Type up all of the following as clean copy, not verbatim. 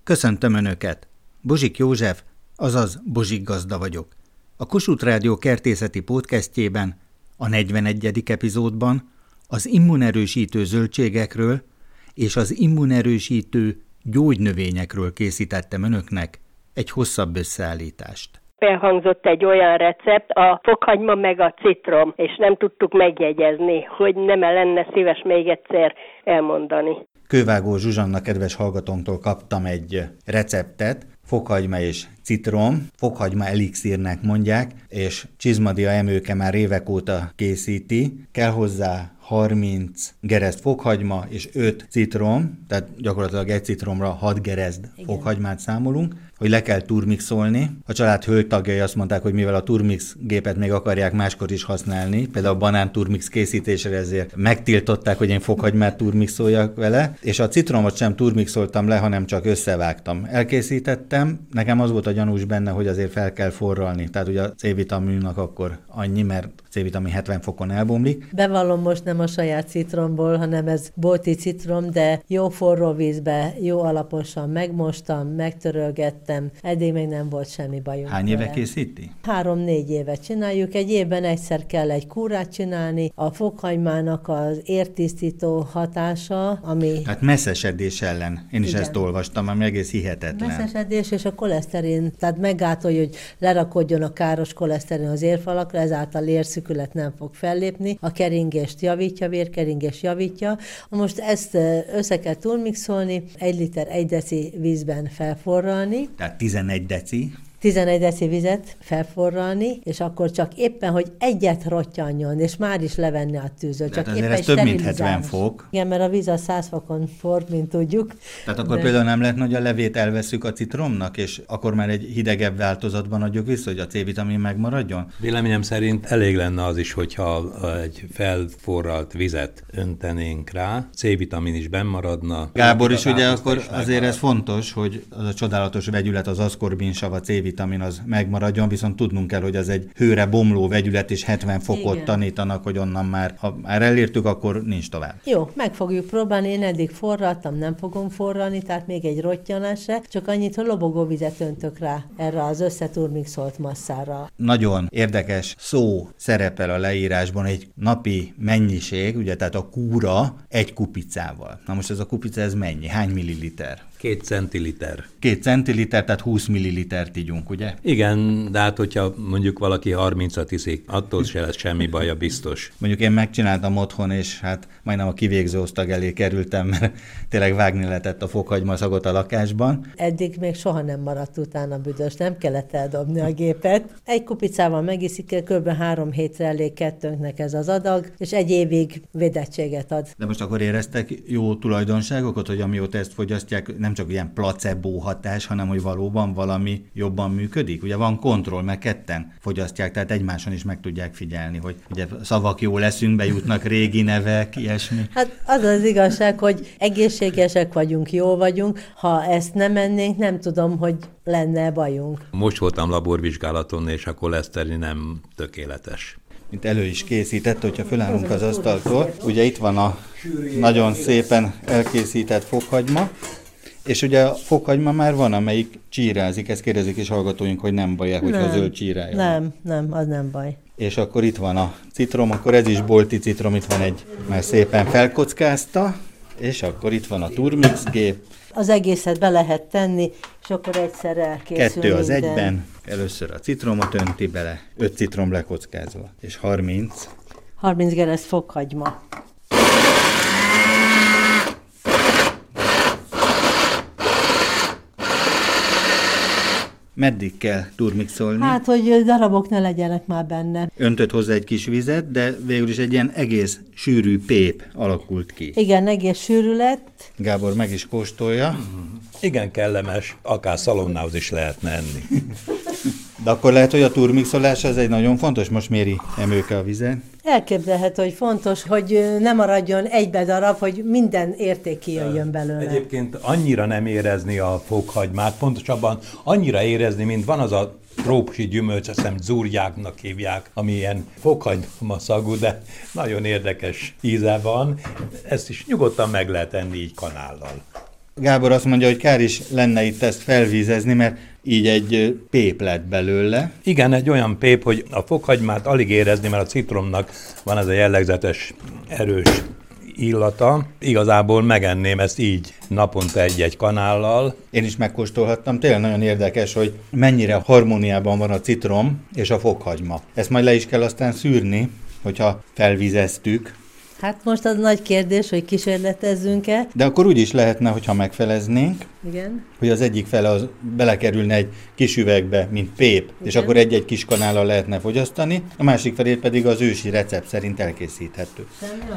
Köszöntöm Önöket! Bozsik József, azaz Bozsik Gazda vagyok. A Kossuth Rádió kertészeti podcastjében, a 41. epizódban az immunerősítő zöldségekről és az immunerősítő gyógynövényekről készítettem Önöknek egy hosszabb összeállítást. Elhangzott egy olyan recept, a fokhagyma meg a citrom, és nem tudtuk megjegyezni, hogy nem lenne szíves még egyszer elmondani. Kővágó Zsuzsanna kedves hallgatónktól kaptam egy receptet, fokhagyma és citrom, fokhagyma elixírnek mondják, és Csizmadia Emőke már évek óta készíti. Kell hozzá 30 gerezd fokhagyma és 5 citrom, tehát gyakorlatilag egy citromra 6 gerezd fokhagymát számolunk, hogy le kell turmixolni. A család hölgytagjai azt mondták, hogy mivel a turmix gépet még akarják máskor is használni, például a banán turmix készítésére, ezért megtiltották, hogy én fokhagymát turmixoljak vele, és a citromot sem turmixoltam le, hanem csak összevágtam. Elkészítettem, nekem az volt a gyanús benne, hogy azért fel kell forralni, tehát ugye a C-vitaminnak akkor annyi, mert a C-vitamin 70 fokon elbomlik. Bevallom, most nem a saját citromból, hanem ez bolti citrom, de jó forró vízbe, jó alaposan megmostam, megtörölgettem, eddig még nem volt semmi bajunk. Hány éve készíti? 3-4 évet csináljuk, egy évben egyszer kell egy kúrát csinálni, a fokhagymának az értisztító hatása, ami... Hát messzesedés ellen, én is ezt olvastam, ami egész hihetetlen. Messzesedés és a koleszterin, tehát meggátolja, hogy lerakodjon a káros koleszterin az érfalakra, ezáltal érszükület nem fog fellépni, a keringést javítja, vérkeringést javítja. Most ezt össze kell turmixolni, 1 liter 1 deci vízben felforralni. Tehát 11 deci. 11 deci vizet felforralni, és akkor csak éppen, hogy egyet rottyanjon, és már is levenni a tűzről. Csak éppen azért ez több mint 70 fok. Igen, mert a víz a 100 fokon forr, mint tudjuk. Tehát akkor például nem lehetne, hogy a levét elveszük a citromnak, és akkor már egy hidegebb változatban adjuk vissza, hogy a C-vitamin megmaradjon? Véleményem szerint elég lenne az is, hogyha egy felforralt vizet öntenénk rá, C-vitamin is benn maradna. Gábor is ugye akkor azért ez fontos, hogy az a csodálatos vegyület, az aszkorbinsav, a C-vitamin az megmaradjon, viszont tudnunk kell, hogy az egy hőre bomló vegyület, és 70 fokot tanítanak, hogy onnan már, ha már elértük, akkor nincs tovább. Jó, meg fogjuk próbálni, én eddig forraltam, nem fogom forralni, tehát még egy rottyanás se, csak annyit, hogy lobogó vizet öntök rá erre az összeturmixolt masszára. Nagyon érdekes szó szerepel a leírásban, egy napi mennyiség, ugye, tehát a kúra 1 kupicával. Na most ez a kupica, ez mennyi? Hány milliliter? 2 centiliter. 2 centiliter, tehát 20 millilitert ígyunk, ugye? Igen, de hát hogyha mondjuk valaki 30-at iszik, attól se lesz semmi baja, biztos. Mondjuk én megcsináltam otthon, és hát majdnem a kivégző osztag elé kerültem, mert tényleg vágni lehetett a fokhagyma szagot a lakásban. Eddig még soha nem maradt utána büdös, nem kellett eldobni a gépet. 1 kupicával megiszik, kb. 3 hétre elég kettőnknek ez az adag, és 1 évig védettséget ad. De most akkor éreztek jó tulajdonságokat, hogy amióta ezt fogyasztják, nem csak ilyen placebo hatás, hanem hogy valóban valami jobban működik? Ugye van kontroll, meg ketten fogyasztják, tehát egymáson is meg tudják figyelni, hogy ugye szavak jól eszünkbe jutnak, régi nevek, ilyesmi. Hát az az igazság, hogy egészségesek vagyunk, jó vagyunk. Ha ezt nem ennénk, nem tudom, hogy lenne bajunk. Most voltam laborvizsgálaton, és a koleszterin nem tökéletes. Mint elő is készített, hogyha fölállunk az asztaltól, ugye itt van a nagyon szépen elkészített fokhagyma, és ugye a fokhagyma már van, amelyik csírázik, ezt kérdezik is hallgatóink, hogy nem baj-e, hogyha zöld csírája. Nem, az nem baj. És akkor itt van a citrom, akkor ez is bolti citrom, itt van egy, már szépen felkockázta, és akkor itt van a turmix gép. Az egészet be lehet tenni, és akkor egyszer elkészül 2 az minden. egyben, először a citromot önti bele, 5 citrom lekockázva, és 30 gerezd fokhagyma. Meddig kell turmixolni? Hát, hogy darabok ne legyenek már benne. Öntött hozzá egy kis vizet, de végül is egy ilyen egész sűrű pép alakult ki. Igen, egész sűrű lett. Gábor meg is kóstolja. Igen, kellemes, akár szalonnához is lehetne enni. De akkor lehet, hogy a turmixolás az egy nagyon fontos, most méri Emőke a vizet. Elképzelhető, hogy fontos, hogy ne maradjon egybe darab, hogy minden érték kijöjjön belőle. Egyébként annyira nem érezni a fokhagymát, pontosabban annyira érezni, mint van az a trópusi gyümölcs, azt hiszem dzurjáknak hívják, ami ilyen fokhagyma szagú, de nagyon érdekes íze van. Ezt is nyugodtan meg lehet enni így kanállal. Gábor azt mondja, hogy kár is lenne itt ezt felvízezni, mert így egy pép lett belőle. Igen, egy olyan pép, hogy a fokhagymát alig érezni, mert a citromnak van ez a jellegzetes erős illata. Igazából megenném ezt így naponta egy-egy kanállal. Én is megkóstolhattam, tényleg nagyon érdekes, hogy mennyire harmóniában van a citrom és a fokhagyma. Ezt majd le is kell aztán szűrni, hogyha felvizeztük. Hát most az nagy kérdés, hogy kísérletezzünk-e. De akkor úgy is lehetne, hogyha megfeleznénk, Igen. hogy az egyik fele az belekerülne egy kis üvegbe, mint pép, igen, és akkor egy-egy kis kanállal lehetne fogyasztani, a másik felét pedig az ősi recept szerint elkészíthető.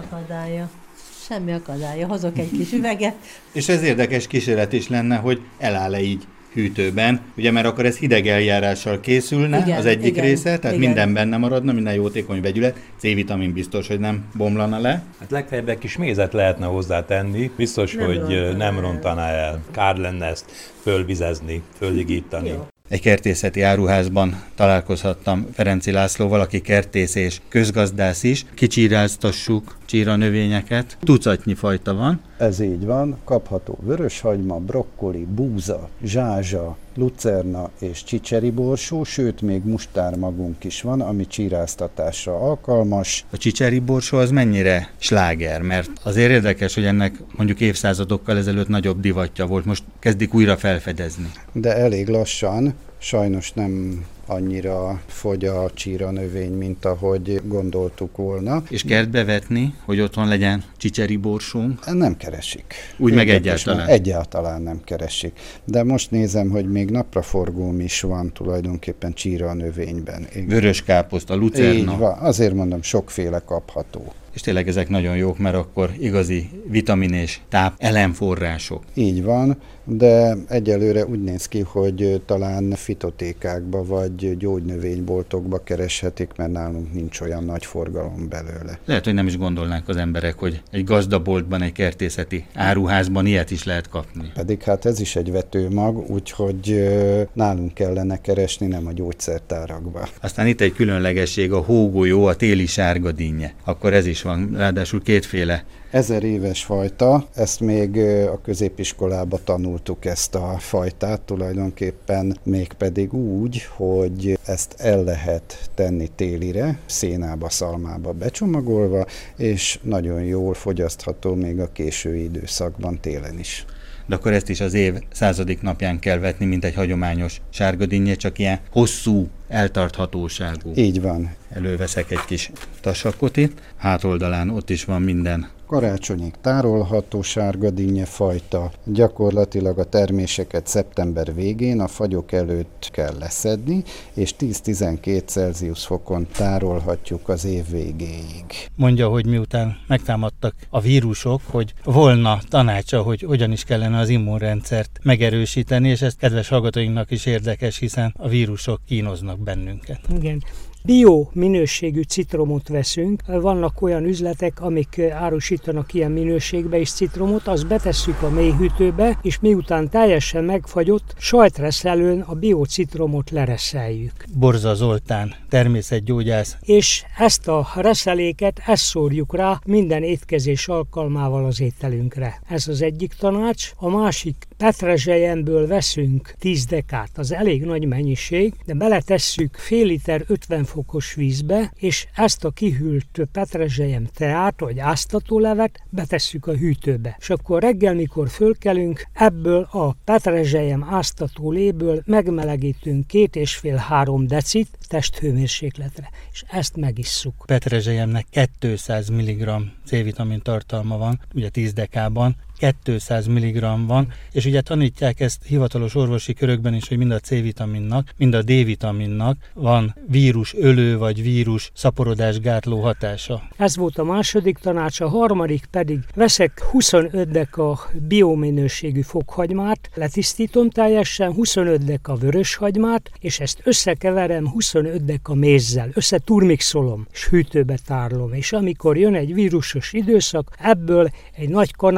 Semmi akadálya. Hozok egy kis üveget. És ez érdekes kísérlet is lenne, hogy eláll-e így hűtőben, ugye, mert akkor ez hideg eljárással készülne, igen, az egyik része, tehát igen, minden benne maradna, minden jótékony vegyület, C-vitamin biztos, hogy nem bomlana le. Hát legfeljebb egy kis mézet lehetne hozzátenni, biztos, hogy nem rontaná el. Kár lenne ezt fölvizezni, fölhigítani. Jó. Egy kertészeti áruházban találkozhattam Ferenci Lászlóval, aki kertész és közgazdász is. Kicsíráztassuk csíranövényeket. Tucatnyi fajta van. Ez így van, kapható vöröshagyma, brokkoli, búza, zsázsa, lucerna és csicseriborsó, sőt még mustármagunk is van, ami csíráztatásra alkalmas. A csicseriborsó az mennyire sláger, mert azért érdekes, hogy ennek mondjuk évszázadokkal ezelőtt nagyobb divatja volt, most kezdik újra felfedezni. De elég lassan, sajnos nem annyira fogy a csíranövény, mint ahogy gondoltuk volna. És kertbe vetni, hogy otthon legyen csicseriborsónk? Nem keresik. Úgy meg egyáltalán? Egyáltalán nem keresik. De most nézem, hogy még napraforgóm is van tulajdonképpen csíranövényben. Vörös káposzta, lucerna. Így van, azért mondom, sokféle kapható. És tényleg ezek nagyon jók, mert akkor igazi vitamin és táp elemforrások. Így van, de egyelőre úgy néz ki, hogy talán fitotékákba vagy gyógynövényboltokba kereshetik, mert nálunk nincs olyan nagy forgalom belőle. Lehet, hogy nem is gondolnák az emberek, hogy egy gazdaboltban, egy kertészeti áruházban ilyet is lehet kapni. Pedig hát ez is egy vetőmag, úgyhogy nálunk kellene keresni, nem a gyógyszertárakba. Aztán itt egy különlegesség, a hógolyó, a téli sárgadínnye. Akkor ez is van, ráadásul kétféle. 1000 éves fajta, ezt még a középiskolába tanultuk ezt a fajtát, tulajdonképpen mégpedig úgy, hogy ezt el lehet tenni télire, szénába, szalmába becsomagolva, és nagyon jól fogyasztható még a késői időszakban télen is. De akkor ezt is az év 100. napján kell vetni, mint egy hagyományos sárgadínnye, csak ilyen hosszú, eltarthatóságú. Így van. Előveszek egy kis tasakot itt, hátoldalán ott is van minden. Karácsonyig tárolható sárgadínnye fajta, gyakorlatilag a terméseket szeptember végén, a fagyok előtt kell leszedni, és 10-12 Celsius fokon tárolhatjuk az év végéig. Mondja, hogy miután megtámadtak a vírusok, hogy volna tanácsa, hogy hogyan is kellene az immunrendszert megerősíteni, és ez kedves hallgatóinknak is érdekes, hiszen a vírusok kínoznak bennünket. Igen. Bio minőségű citromot veszünk. Vannak olyan üzletek, amik árusítanak ilyen minőségbe is citromot, azt betesszük a mélyhűtőbe, és miután teljesen megfagyott, sajtreszelőn a biocitromot lereszeljük. Borza Zoltán, természetgyógyász. És ezt a reszeléket, ezt szórjuk rá minden étkezés alkalmával az ételünkre. Ez az egyik tanács. A másik, petrezselyemből veszünk 10 dekát, az elég nagy mennyiség, de beletesszük fél liter 50 fokos vízbe, és ezt a kihűlt petrezselyem teát, vagy áztatólevet betesszük a hűtőbe. És akkor reggel, mikor fölkelünk, ebből a petrezselyem áztatóléből megmelegítünk 2,5-3 decit testhőmérsékletre, és ezt megisszuk. Petrezselyemnek 200 mg C-vitamin tartalma van, ugye 10 dekában, 200 mg van, és ugye tanítják ezt hivatalos orvosi körökben is, hogy mind a C-vitaminnak, mind a D-vitaminnak van vírusölő vagy vírus szaporodásgátló hatása. Ez volt a második tanács, a harmadik pedig veszek 25 deka biominőségű fokhagymát, letisztítom teljesen, 25 deka vöröshagymát, és ezt összekeverem 25 deka mézzel, összeturmixolom, és hűtőbe tárolom, és amikor jön egy vírusos időszak, ebből egy nagy kanállal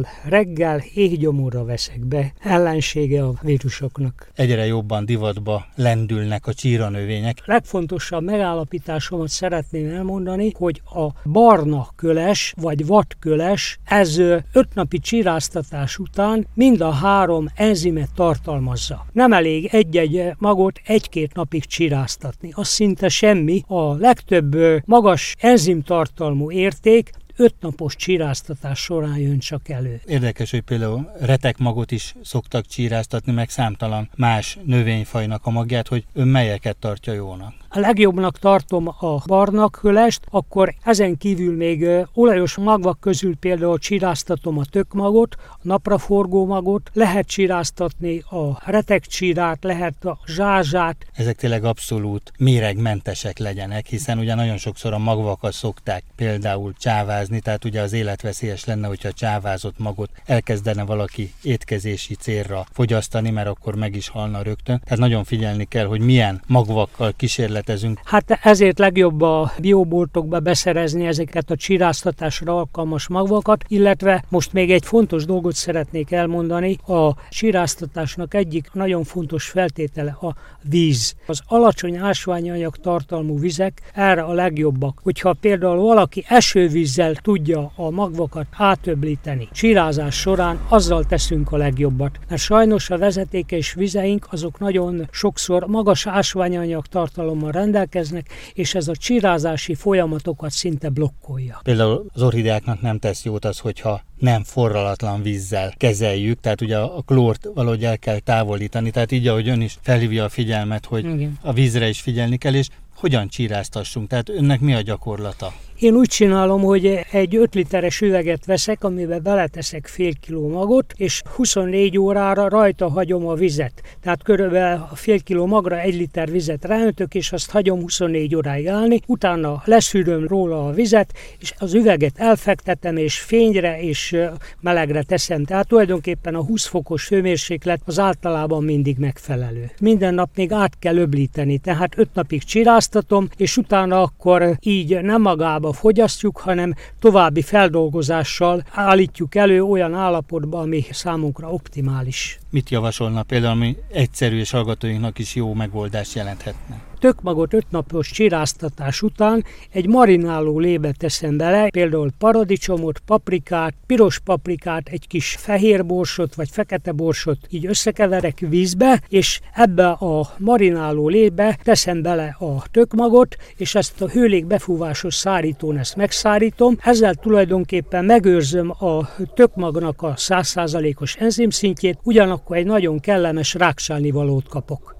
reggel éhgyomorra veszek be, ellensége a vírusoknak. Egyre jobban divatba lendülnek a csíranövények. Legfontosabb megállapításomat szeretném elmondani, hogy a barna köles vagy vadköles, ez 5 napi csíráztatás után mind a 3 enzimet tartalmazza. Nem elég egy-egy magot 1-2 napig csíráztatni, az szinte semmi. A legtöbb magas enzimtartalmú érték 5 napos csíráztatás során jön csak elő. Érdekes, hogy például retekmagot is szoktak csíráztatni, meg számtalan más növényfajnak a magját, hogy ön melyeket tartja jónak. A legjobbnak tartom a barna kölest, akkor ezen kívül még olajos magvak közül például csíráztatom a tökmagot, a napraforgó magot, lehet csíráztatni a retekcsírát, lehet a zsázsát. Ezek tényleg abszolút méregmentesek legyenek, hiszen ugye nagyon sokszor a magvakat szokták például csávázni, tehát ugye az életveszélyes lenne, hogyha a csávázott magot elkezdene valaki étkezési célra fogyasztani, mert akkor meg is halna rögtön. Tehát nagyon figyelni kell, hogy milyen magvakkal kísérletezünk. Hát ezért legjobb a bioboltokba beszerezni ezeket a csíráztatásra alkalmas magvakat, illetve most még egy fontos dolgot szeretnék elmondani, a csíráztatásnak egyik nagyon fontos feltétele a víz. Az alacsony ásványanyag tartalmú vizek erre a legjobbak. Hogyha például valaki esővízzel tudja a magvakat átöblíteni csírázás során, azzal teszünk a legjobbat. Mert sajnos a vezetékes vizeink azok nagyon sokszor magas ásványanyag tartalommal rendelkeznek, és ez a csírázási folyamatokat szinte blokkolja. Például az orchideáknak nem tesz jót az, hogyha nem forralatlan vízzel kezeljük, tehát ugye a klórt valahogy el kell távolítani, tehát így, ahogy ön is felhívja a figyelmet, hogy igen, a vízre is figyelni kell, és hogyan csíráztassunk, tehát önnek mi a gyakorlata? Én úgy csinálom, hogy egy 5 literes üveget veszek, amiben beleteszek fél kiló magot, és 24 órára rajta hagyom a vizet. Tehát körülbelül a fél kiló magra 1 liter vizet ráöntök, és azt hagyom 24 óráig állni, utána leszűröm róla a vizet, és az üveget elfektetem, és fényre és melegre teszem. Tehát tulajdonképpen a 20 fokos hőmérséklet az általában mindig megfelelő. Minden nap még át kell öblíteni, tehát 5 napig csiráztatom, és utána akkor így nem magába fogyasztjuk, hanem további feldolgozással állítjuk elő olyan állapotba, ami számunkra optimális. Mit javasolna például, ami egyszerű és hallgatóinknak is jó megoldást jelenthetne? Tökmagot 5 napos csiráztatás után egy marináló lébe teszem bele, például paradicsomot, paprikát, piros paprikát, egy kis fehér borsot vagy fekete borsot így összekeverek vízbe, és ebbe a marináló lébe teszem bele a tökmagot, és ezt a hőlégbefúvásos szárítón ezt megszárítom. Ezzel tulajdonképpen megőrzöm a tökmagnak a 100%-os enzimszintjét, ugyanakkor egy nagyon kellemes rákcsálnivalót kapok.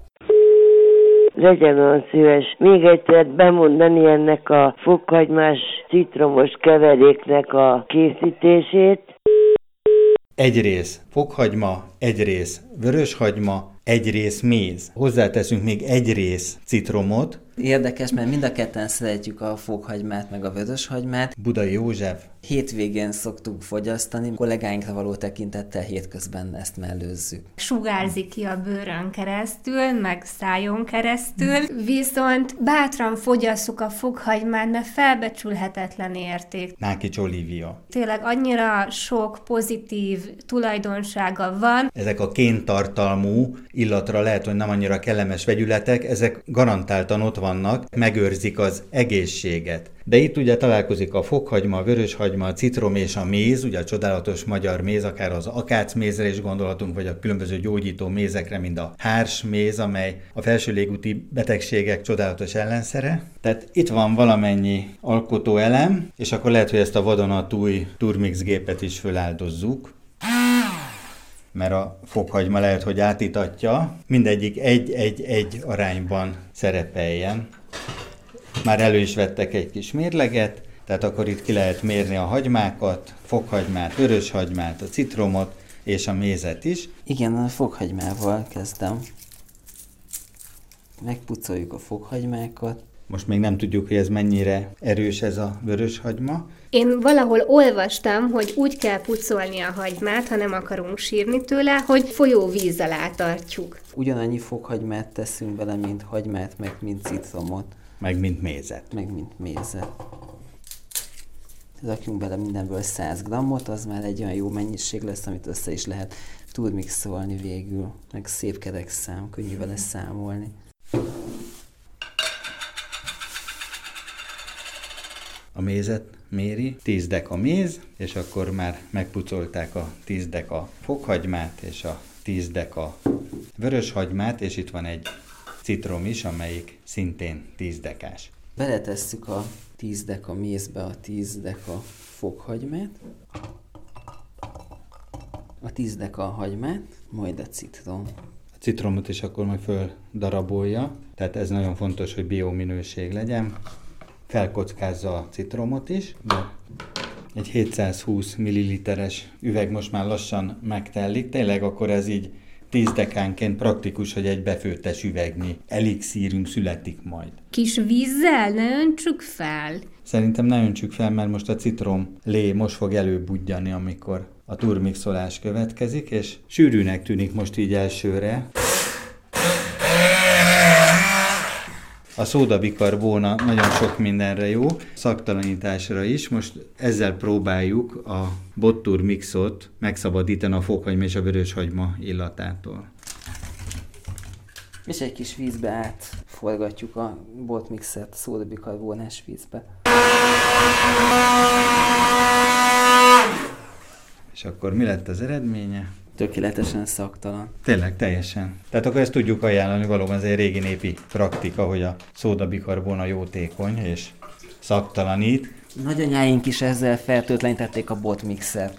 Legyen olyan szíves még egyszer bemondani ennek a fokhagymás citromos keveréknek a készítését. 1 rész fokhagyma, 1 rész vöröshagyma, 1 rész méz. Hozzáteszünk még 1 rész citromot. Érdekes, mert mind a ketten szeretjük a fokhagymát, meg a vöröshagymát. Budai József. Hétvégén szoktuk fogyasztani, kollégáinkra való tekintettel hétközben ezt mellőzzük. Sugárzik ki a bőrön keresztül, meg szájon keresztül, viszont bátran fogyasszuk a fokhagymát, mert felbecsülhetetlen érték. Nákics Olivia. Tényleg annyira sok pozitív tulajdonsága van. Ezek a kéntartalmú illatra lehet, hogy nem annyira kellemes vegyületek, ezek garantáltan ott vannak, megőrzik az egészséget. De itt ugye találkozik a fokhagyma, a vöröshagyma, a citrom és a méz, ugye a csodálatos magyar méz, akár az akácmézre is gondolhatunk, vagy a különböző gyógyító mézekre, mint a hársméz, amely a felső légúti betegségek csodálatos ellenszere. Tehát itt van valamennyi alkotóelem, és akkor lehet, hogy ezt a vadonatúj turmix gépet is föláldozzuk, mert a fokhagyma lehet, hogy átítatja, mindegyik 1-1-1 arányban szerepeljen. Már elő is vettek egy kis mérleget, tehát akkor itt ki lehet mérni a hagymákat, fokhagymát, vöröshagymát, a citromot és a mézet is. Igen, a fokhagymával kezdem. Megpucoljuk a fokhagymákat. Most még nem tudjuk, hogy ez mennyire erős ez a vöröshagyma. Én valahol olvastam, hogy úgy kell pucolni a hagymát, ha nem akarunk sírni tőle, hogy folyóvíz alá tartjuk. Ugyanannyi fokhagymát teszünk bele, mint hagymát, meg mint citromot. Meg mint mézet. Meg mint mézet. rakjunk bele mindenből 100 grammot, az már egy olyan jó mennyiség lesz, amit össze is lehet turmixolni végül, meg szép kerek szám, könnyű vele számolni. A mézet méri, 10 deka méz, és akkor már megpucolták a 10 deka fokhagymát, és a 10 deka vöröshagymát, és itt van egy citrom is, amelyik szintén 10 dekás. Beletesszük a 10 deka mézbe a 10 deka fokhagymát, a 10 deka hagymát, majd a citrom. A citromot is akkor majd földarabolja, tehát ez nagyon fontos, hogy biominőség legyen. Felkockázza a citromot is, de egy 720 ml-es üveg most már lassan megtellik, tényleg akkor ez így 10 dekánként praktikus, hogy egy befőttes üvegnyi elixírünk születik majd. Kis vízzel ne öntsük fel? Szerintem ne öntsük fel, mert most a citrom lé most fog előbudjani, amikor a turmixolás következik, és sűrűnek tűnik most így elsőre. A szódabikarbóna nagyon sok mindenre jó, szaktalanításra is. Most ezzel próbáljuk a botturmixot megszabadítani a fokhagyma és a vöröshagyma illatától. És egy kis vízbe átforgatjuk a botmixet szódabikarbónás vízbe. És akkor mi lett az eredménye? Tökéletesen szaktalan. Tényleg, teljesen. Tehát akkor ezt tudjuk ajánlani, valóban ez egy régi népi praktika, hogy a szódabikarbóna jótékony és szaktalanít. Nagyanyáink is ezzel fertőtlenítették a botmixet.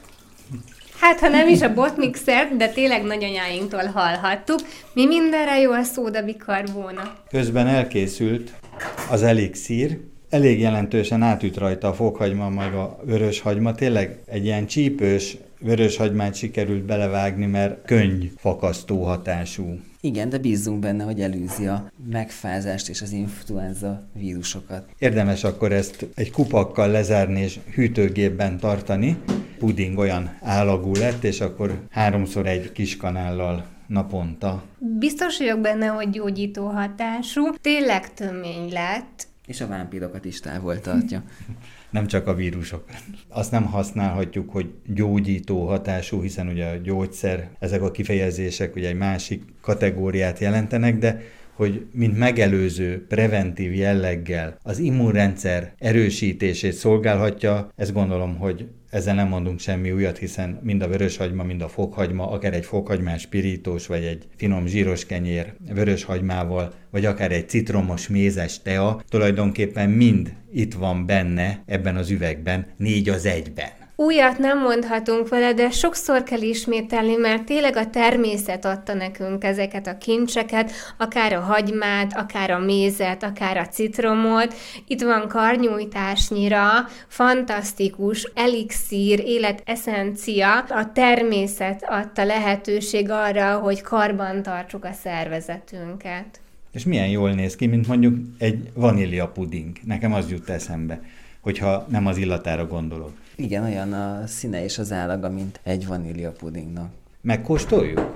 Hát, ha nem is a botmixert, de tényleg nagyanyáinktól hallhattuk, mi mindenre jó a szódabikarbóna. Közben elkészült az elixír, elég jelentősen átüt rajta a fokhagyma, meg a vöröshagyma. Tényleg egy ilyen csípős vöröshagymát sikerült belevágni, mert könnyfakasztó hatású. Igen, de bízzunk benne, hogy elűzi a megfázást és az influenza vírusokat. Érdemes akkor ezt egy kupakkal lezárni és hűtőgépben tartani. Puding olyan állagú lett, és akkor 3-szor egy kis kanállal naponta. Biztos vagyok benne, hogy gyógyító hatású. Tényleg tömény lett. És a vámpírokat is távol tartja. Nem csak a vírusok. Azt nem használhatjuk, hogy gyógyító hatású, hiszen ugye a gyógyszer, ezek a kifejezések ugye egy másik kategóriát jelentenek, de hogy mint megelőző, preventív jelleggel az immunrendszer erősítését szolgálhatja, ezt gondolom, hogy ezzel nem mondunk semmi újat, hiszen mind a vöröshagyma, mind a fokhagyma, akár egy fokhagymás pirítós, vagy egy finom zsíros kenyér vöröshagymával, vagy akár egy citromos mézes tea, tulajdonképpen mind itt van benne ebben az üvegben, 4-1-ben. Újat nem mondhatunk vele, de sokszor kell ismételni, mert tényleg a természet adta nekünk ezeket a kincseket, akár a hagymát, akár a mézet, akár a citromot. Itt van karnyújtásnyira, fantasztikus elixír, életeszencia. A természet adta lehetőség arra, hogy karban tartsuk a szervezetünket. És milyen jól néz ki, mint mondjuk egy vanília puding. Nekem az jut eszembe, hogyha nem az illatára gondolok. Igen, olyan a színe és az állaga, mint egy vanília pudingnak. Megkóstoljuk?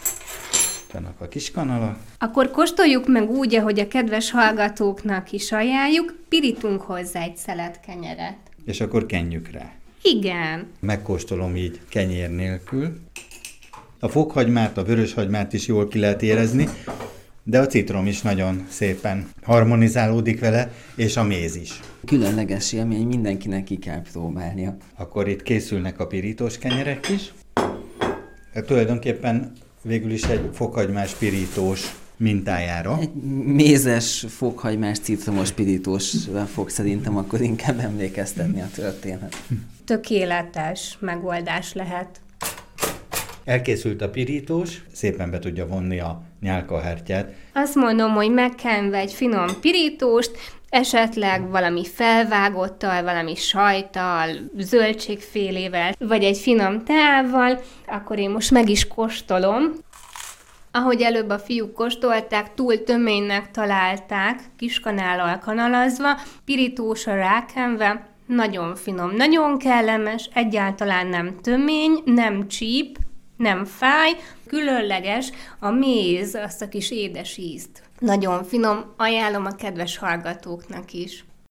Vannak a kis kanalak. Akkor kóstoljuk meg úgy, ahogy a kedves hallgatóknak is ajánljuk, pirítunk hozzá egy szelet kenyeret. És akkor kenjük rá. Igen. Megkóstolom így kenyér nélkül. A fokhagymát, a vöröshagymát is jól ki lehet érezni, de a citrom is nagyon szépen harmonizálódik vele, és a méz is. Különleges élmény, mindenkinek ki kell próbálnia. Akkor itt készülnek a pirítós kenyerek is. Tulajdonképpen végül is egy fokhagymás pirítós mintájára. Egy mézes, fokhagymás, citromos pirítósra fog szerintem akkor inkább emlékeztetni a történet. Tökéletes megoldás lehet. Elkészült a pirítós, szépen be tudja vonni a nyálkahártyát. Azt mondom, hogy megkenve egy finom pirítóst, esetleg valami felvágottal, valami sajttal, zöldségfélével, vagy egy finom teával, akkor én most meg is kóstolom. Ahogy előbb a fiúk kóstolták, túl töménynek találták, kiskanállal kanalazva, pirítósra rákenve, nagyon finom, nagyon kellemes, egyáltalán nem tömény, nem csíp, nem fáj, különleges a méz, azt a kis édes ízt. Nagyon finom, ajánlom a kedves hallgatóknak is.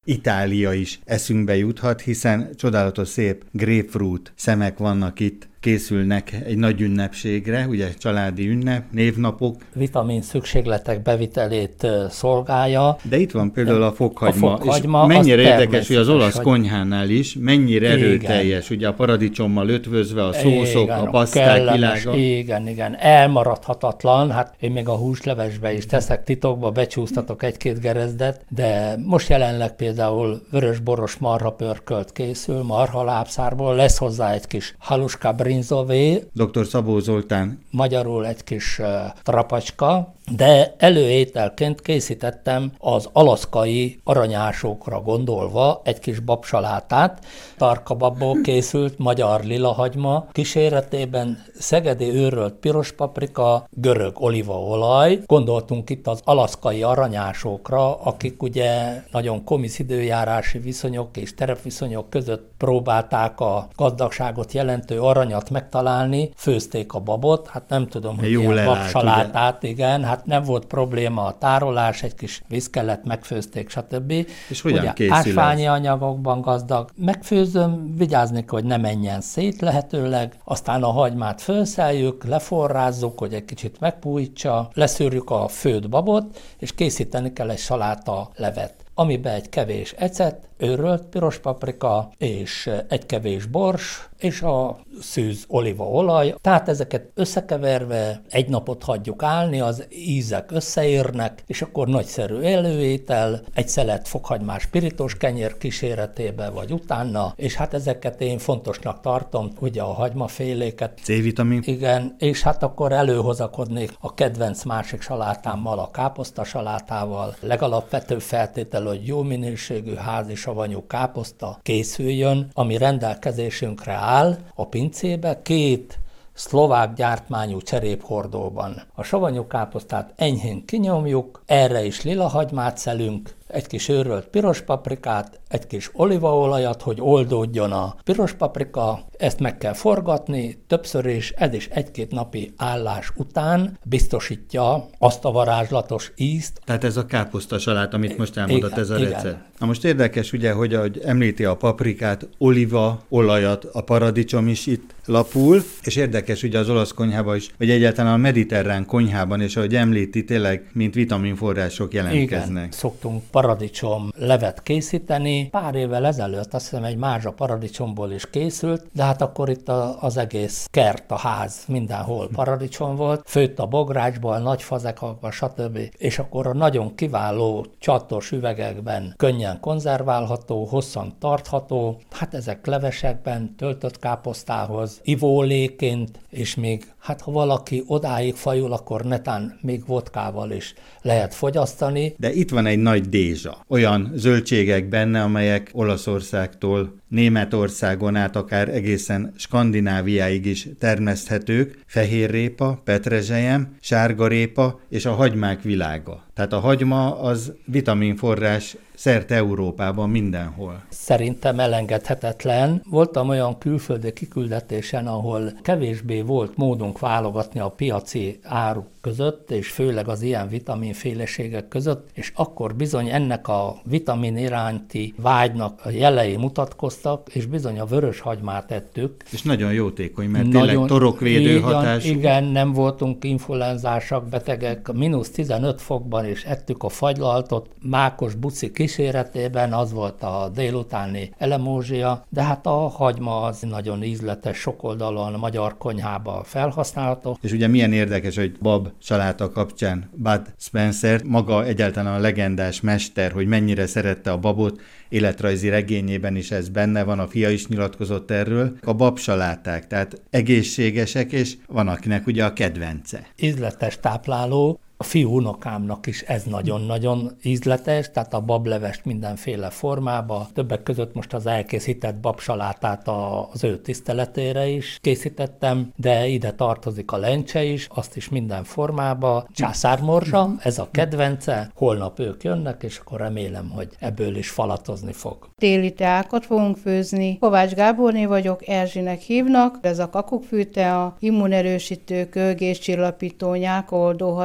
Itália is eszünkbe juthat, hiszen csodálatos szép grapefruit szemek vannak itt, készülnek egy nagy ünnepségre, ugye családi ünnep, névnapok. Vitamin szükségletek bevitelét szolgálja. De itt van például a fokhagyma, és mennyire érdekes, hogy az olasz konyhánál is mennyire erőteljes, ugye a paradicsommal ötvözve, a szószok, a paszták világa. Igen, elmaradhatatlan, hát én még a húslevesbe is teszek titokba, becsúsztatok egy-két gerezdet, de most jelenleg például vörösboros marhapörkölt készül, marhalábszárból, lesz hozzá egy kis haluska brinzové. Dr. Szabó Zoltán. Magyarul egy kis trapacska, de előételként készítettem az alaszkai aranyásokra gondolva egy kis babsalátát. Tarkababból készült magyar lilahagyma, kíséretében szegedi őrölt piros paprika, görög olívaolaj. Gondoltunk itt az alaszkai aranyásokra, akik ugye nagyon komisz időjárási viszonyok és terepviszonyok között próbálták a gazdagságot jelentő aranyat megtalálni, főzték a babot, hát nem tudom, hogy ilyen babsalátát, igen, hát nem volt probléma a tárolás, egy kis víz kellett, megfőzték, stb. És hogyan készül ez? Ásványi anyagokban gazdag. Megfőzöm, vigyázni kell, hogy ne menjen szét lehetőleg, aztán a hagymát felszeljük, leforrázzuk, hogy egy kicsit megpújítsa, leszűrjük a főtt babot, és készíteni kell egy saláta levet, amiben egy kevés ecet, őrölt piros paprika, és egy kevés bors, és a szűz olívaolaj. Tehát ezeket összekeverve egy napot hagyjuk állni, az ízek összeérnek, és akkor nagyszerű előétel, egy szelet fokhagymás pirítós kenyér kíséretében vagy utána, és hát ezeket én fontosnak tartom, ugye a hagymaféléket. C-vitamin. Igen, és hát akkor előhozakodnék a kedvenc másik salátámmal, a káposzta salátával. Legalapvetőbb feltétel, hogy jó minőségű házi savanyú káposzta készüljön, ami rendelkezésünkre áll a pincébe, 2 szlovák gyártmányú cseréphordóban. A savanyú káposztát enyhén kinyomjuk, erre is lilahagymát szelünk, egy kis őrölt piros paprikát, egy kis olívaolajat, hogy oldódjon a piros paprika, ezt meg kell forgatni többször is, ez is 1-2 napi állás után biztosítja azt a varázslatos ízt. Tehát ez a káposztasalát, amit most elmondott, ez a recept. Na most érdekes ugye, hogy ahogy említi a paprikát, olívaolajat, a paradicsom is itt lapul, és érdekes ugye az olasz konyhában is, vagy egyáltalán a mediterrán konyhában, és ahogy említi, tényleg, mint vitaminforrások jelentkeznek. Igen, szoktunk paradicsom levet készíteni. Pár évvel ezelőtt azt hiszem egy mázsa paradicsomból is készült, de hát akkor itt az egész kert, a ház, mindenhol paradicsom volt, főtt a bográcsból, nagy fazekakban, stb. És akkor a nagyon kiváló csattos üvegekben könnyen konzerválható, hosszan tartható, hát ezek levesekben, töltött káposztához, ivóléként, és még hát ha valaki odáig fajul, akkor netán még vodkával is lehet fogyasztani. De itt van egy nagy dézsa. Olyan zöldségek benne, amelyek Olaszországtól Németországon át akár egészen Skandináviáig is termeszthetők. Fehérrépa, petrezselyem, sárgarépa és a hagymák világa. Tehát a hagyma az vitaminforrás szerte Európában mindenhol. Szerintem elengedhetetlen. Voltam olyan külföldi kiküldetésen, ahol kevésbé volt módunk válogatni a piaci áruk között, és főleg az ilyen vitaminféleségek között, és akkor bizony ennek a vitamin iránti vágynak a jelei mutatkoztak, és bizony a vörös hagymát ettük. És nagyon jótékony, mert tényleg torokvédő hatású. Igen, nem voltunk influenzásak, betegek, -15 fokban is ettük a fagylaltot, mákos buci kíséretében, az volt a délutáni elemózsia, de hát a hagyma az nagyon ízletes, sokoldalon a magyar konyhában felhasználható. És ugye milyen érdekes, hogy bab saláta kapcsán Bud Spencer, maga egyáltalán a legendás mester, hogy mennyire szerette a babot, életrajzi regényében is ez benne van, a fia is nyilatkozott erről. A babsaláták, tehát egészségesek, és van akinek ugye a kedvence. Ízletes tápláló. A fiú unokámnak is ez nagyon-nagyon ízletes, tehát a bablevest mindenféle formába, többek között most az elkészített babsalátát az ő tiszteletére is készítettem, de ide tartozik a lencse is, azt is minden formába. Császármorzsa, ez a kedvence, holnap ők jönnek, és akkor remélem, hogy ebből is falatozni fog. Téli teákat fogunk főzni. Kovács Gáborné vagyok, Erzsinek hívnak. Ez a kakukkfűte, a immunerősítő, kölgéscsillapító, nyálkaoldó hatású,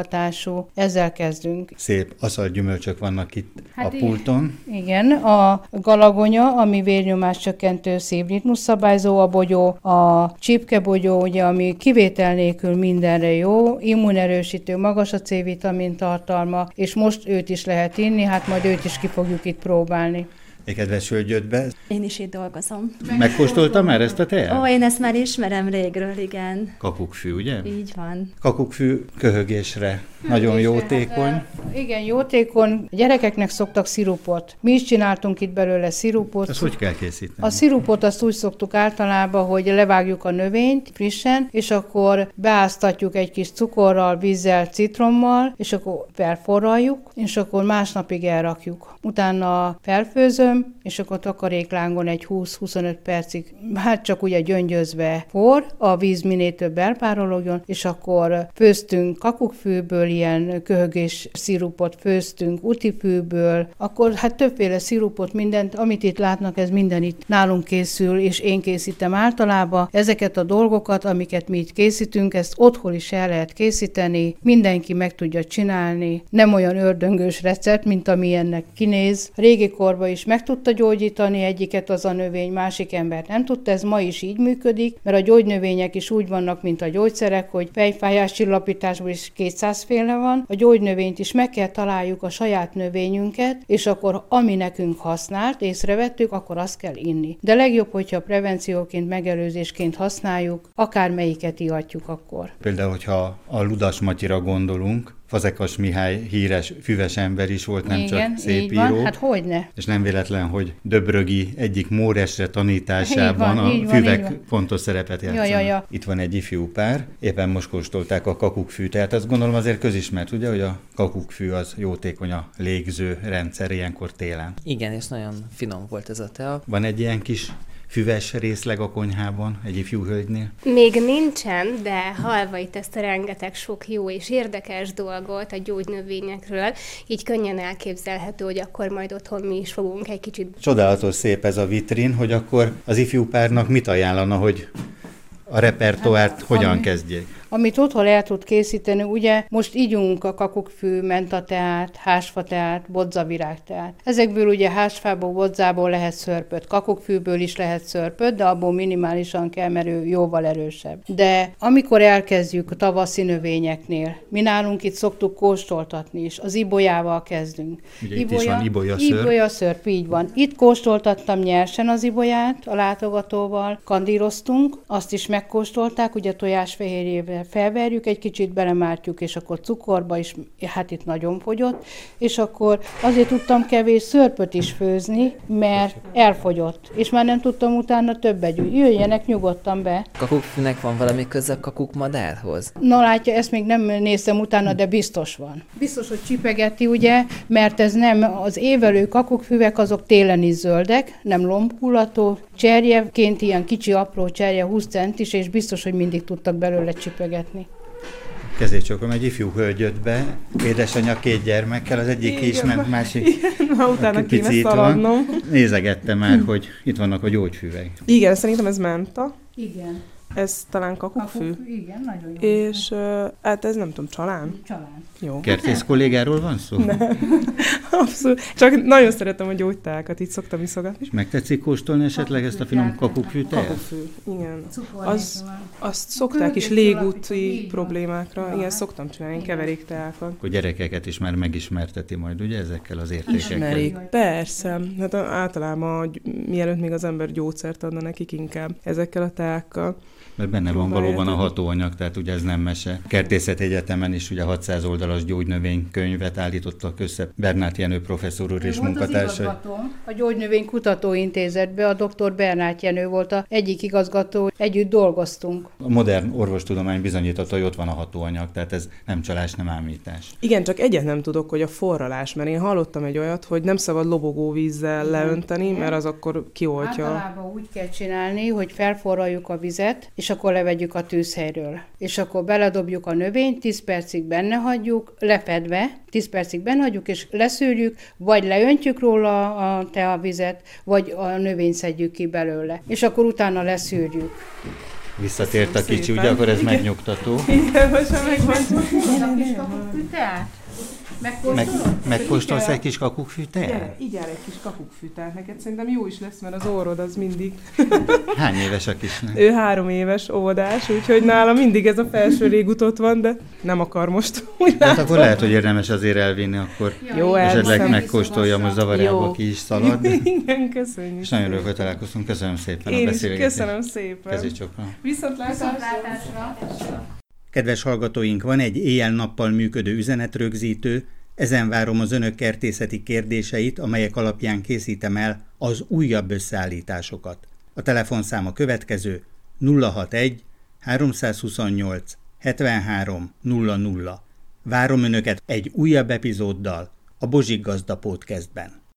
hatású, ezzel kezdünk. Szép aszalgyümölcsök vannak itt a pulton. Igen, a galagonya, ami vérnyomás csökkentő szívritmus szabályzó, a bogyó, a csípkebogyó, ugye, ami kivétel nélkül mindenre jó, immunerősítő, magas a C-vitamin tartalma, és most őt is lehet inni, hát majd őt is ki fogjuk itt próbálni. Kedves hölgyödbe. Én is itt dolgozom. Megkóstoltam már ezt a teát? Ó, én ezt már ismerem régről, igen. Kakukkfű, ugye? Így van. Kakukkfű köhögésre nagyon jótékony. Igen, jótékony. A gyerekeknek szoktak szirupot. Mi is csináltunk itt belőle szirupot. Ezt hogy kell készíteni? A szirupot azt úgy szoktuk általában, hogy levágjuk a növényt frissen, és akkor beáztatjuk egy kis cukorral, vízzel, citrommal, és akkor felforraljuk, és akkor másnapig elrakjuk. Utána felfőzöm, és akkor takaréklángon egy 20-25 percig, hát csak ugye gyöngyözve forr, a víz minél több elpárologjon, és akkor főztünk kakukkfűből, ilyen köhögés szirupot főztünk utifűből, akkor hát többféle szirupot, mindent, amit itt látnak, ez minden itt nálunk készül, és én készítem általában. Ezeket a dolgokat, amiket mi itt készítünk, ezt otthon is el lehet készíteni, mindenki meg tudja csinálni, nem olyan ördöngős recept, mint amilyennek kinéz. Régi korban is meg tudta gyógyítani egyiket az a növény, másik embert nem tudta, ez ma is így működik, mert a gyógynövények is úgy vannak, mint a gyógyszerek, hogy fejfájás, csillapításból is 200 féle van. A gyógynövényt is meg kell találjuk a saját növényünket, és akkor ami nekünk használt, észrevettük, akkor azt kell inni. De legjobb, hogyha prevencióként, megelőzésként használjuk, akármelyiket ihatjuk akkor. Például, hogyha a Ludas Matyira gondolunk, Fazekas Mihály híres füves ember is volt, nem igen, csak szép így író. van, hát hogyne. És nem véletlen, hogy Döbrögi egyik móresre tanításában a füvek fontos szerepet játszanak. Ja. Itt van egy ifjú pár, éppen most kóstolták a kakukkfűt, tehát azt gondolom azért közismert, ugye, hogy a kakukkfű az jótékony a légző rendszer ilyenkor télen. Igen, és nagyon finom volt ez a tea. Van egy ilyen kis füves részleg a konyhában, egy ifjú hölgynél? Még nincsen, de hallva itt ezt a rengeteg sok jó és érdekes dolgot a gyógynövényekről, így könnyen elképzelhető, hogy akkor majd otthon mi is fogunk egy kicsit. Csodálatos szép ez a vitrin, hogy akkor az ifjú párnak mit ajánlana, hogy a repertoárt hogyan kezdjék? Amit otthon el tud készíteni, ugye most ígyunk a kakukkfű, mentateát, házfateát, bodzavirágteát. Ezekből ugye házfából, bodzából lehet szörpöt, kakukkfűből is lehet szörpöt, de abból minimálisan kell, mert ő jóval erősebb. De amikor elkezdjük a tavaszi növényeknél, mi nálunk itt szoktuk kóstoltatni is, az ibolyával kezdünk. Ugye itt is van ibolyaszörp. Ibolyaszörp, így van. Itt kóstoltattam nyersen az ibolyát a látogatóval, kandíroztunk, azt is megkóstolták, ugye tojásfehérjével felverjük, egy kicsit belemártjuk, és akkor cukorba is, hát itt nagyon fogyott, és akkor azért tudtam kevés szörpöt is főzni, mert elfogyott, és már nem tudtam utána többet jöjjenek nyugodtan be. Kakukkfűnek van valami köze a kakukkmadárhoz? Na látja, ezt még nem néztem utána, de biztos van. Biztos, hogy csipegeti, ugye, mert ez nem, az évelő kakukkfüvek azok télen is zöldek, nem lombhullató, cserjeként ilyen kicsi apró cserje 20 centis, és biztos, hogy mindig tudtak belőle csipegetni. Kezét csókolom, egy ifjú hölgy jött be, édesanyja 2 gyermekkel, az egyik is, mert másik utána pici itt van. Nézegette már, hogy itt vannak a gyógyfüvek. Igen, szerintem ez menta. Igen. Ez talán kakukkfű. Igen, nagyon jó. És hát ez nem tudom, csalán? Csalán. Jó. Kertész kollégáról van szó? Nem. Abszolút. Csak nagyon szeretem a gyógyteákat, így szoktam iszogatni. És megtetszik kóstolni esetleg ezt a finom kakukkfű teát? Kakukkfű, igen. Azt szokták is légúti problémákra. Igen, szoktam csinálni keverékteákat. Akkor gyerekeket is már megismerteti majd, ugye, ezekkel az értékekkel? Ismerik. Persze. Hát általában, mielőtt még az ember gyógyszert adna nekik, inkább ezekkel a teákkal. Mert benne van valóban a hatóanyag, tehát ugye ez nem mese. Kertészeti Egyetemen is ugye 600 oldalas gyógynövénykönyvet állítottak össze Bernát Jenő professzor úr és munkatársai. A Gyógynövény Kutatóintézetben a dr. Bernát Jenő volt az egyik igazgató, együtt dolgoztunk. A modern orvostudomány bizonyította, hogy ott van a hatóanyag, tehát ez nem csalás, nem ámítás. Igen, csak egyet nem tudok, hogy a forralás, mert én hallottam egy olyat, hogy nem szabad lobogó vízzel leönteni, mert az akkor kioltja. Általában úgy kell csinálni, hogy felforraljuk a vizet, és akkor levegyük a tűzhelyről. És akkor beledobjuk a növényt, 10 percig benne hagyjuk, lefedve, 10 percig benne hagyjuk, és leszűrjük, vagy leöntjük róla a teavizet, vagy a növényt szedjük ki belőle. És akkor utána leszűrjük. Visszatért a kicsi, ugye, akkor ez megnyugtató. Igen, most már megvan. Megkóstolsz egy kis kakukkfűteát? Gyere, így jár egy kis kakukkfűteát. Neked szerintem jó is lesz, mert az orrod az mindig. Hány éves a kisnek? Ő 3 éves óvodás, úgyhogy nála mindig ez a felső rég ott van, de nem akar most. Hát akkor lehet, hogy érdemes azért elvinni, akkor jó, esetleg megkóstolja, most zavarába ki is szalad. Igen, köszönjük. És nagyon örülök, hogy találkoztunk. Köszönöm szépen a beszélgetést. Köszönöm szépen. Kezicsokra. Viszontlátásra. Kedves hallgatóink, van egy éjjel-nappal működő üzenetrögzítő, ezen várom az önök kertészeti kérdéseit, amelyek alapján készítem el az újabb összeállításokat. A telefonszám a következő 061 328 73 00. Várom önöket egy újabb epizóddal a Bozsik Gazda Podcastben.